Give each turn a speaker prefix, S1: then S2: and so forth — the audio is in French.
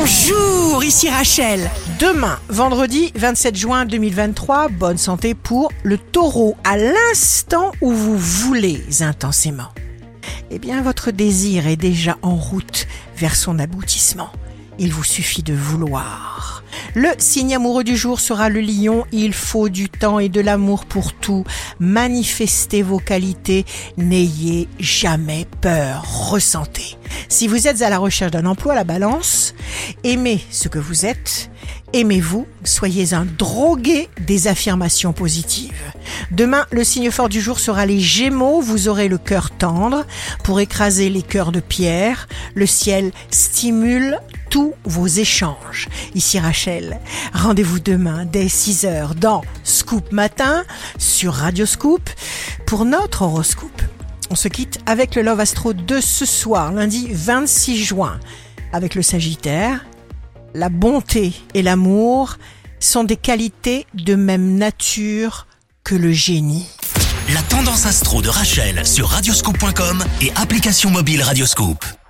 S1: Bonjour, ici Rachel. Demain, vendredi 27 juin 2023, bonne santé pour le taureau. À l'instant où vous voulez intensément, eh bien votre désir est déjà en route vers son aboutissement. Il vous suffit de vouloir. Le signe amoureux du jour sera le lion. Il faut du temps et de l'amour pour tout. Manifestez vos qualités. N'ayez jamais peur. Ressentez. Si vous êtes à la recherche d'un emploi, la balance, aimez ce que vous êtes. Aimez-vous. Soyez un drogué des affirmations positives. Demain, le signe fort du jour sera les Gémeaux. Vous aurez le cœur tendre pour écraser les cœurs de pierre. Le ciel stimule tous vos échanges. Ici Rachel, rendez-vous demain dès 6h dans Scoop Matin sur Radio Scoop pour notre horoscope. On se quitte avec le Love Astro de ce soir, lundi 26 juin, avec le Sagittaire. La bonté et l'amour sont des qualités de même nature que le génie.
S2: La tendance astro de Rachel sur radioscoop.com et application mobile Radioscoop.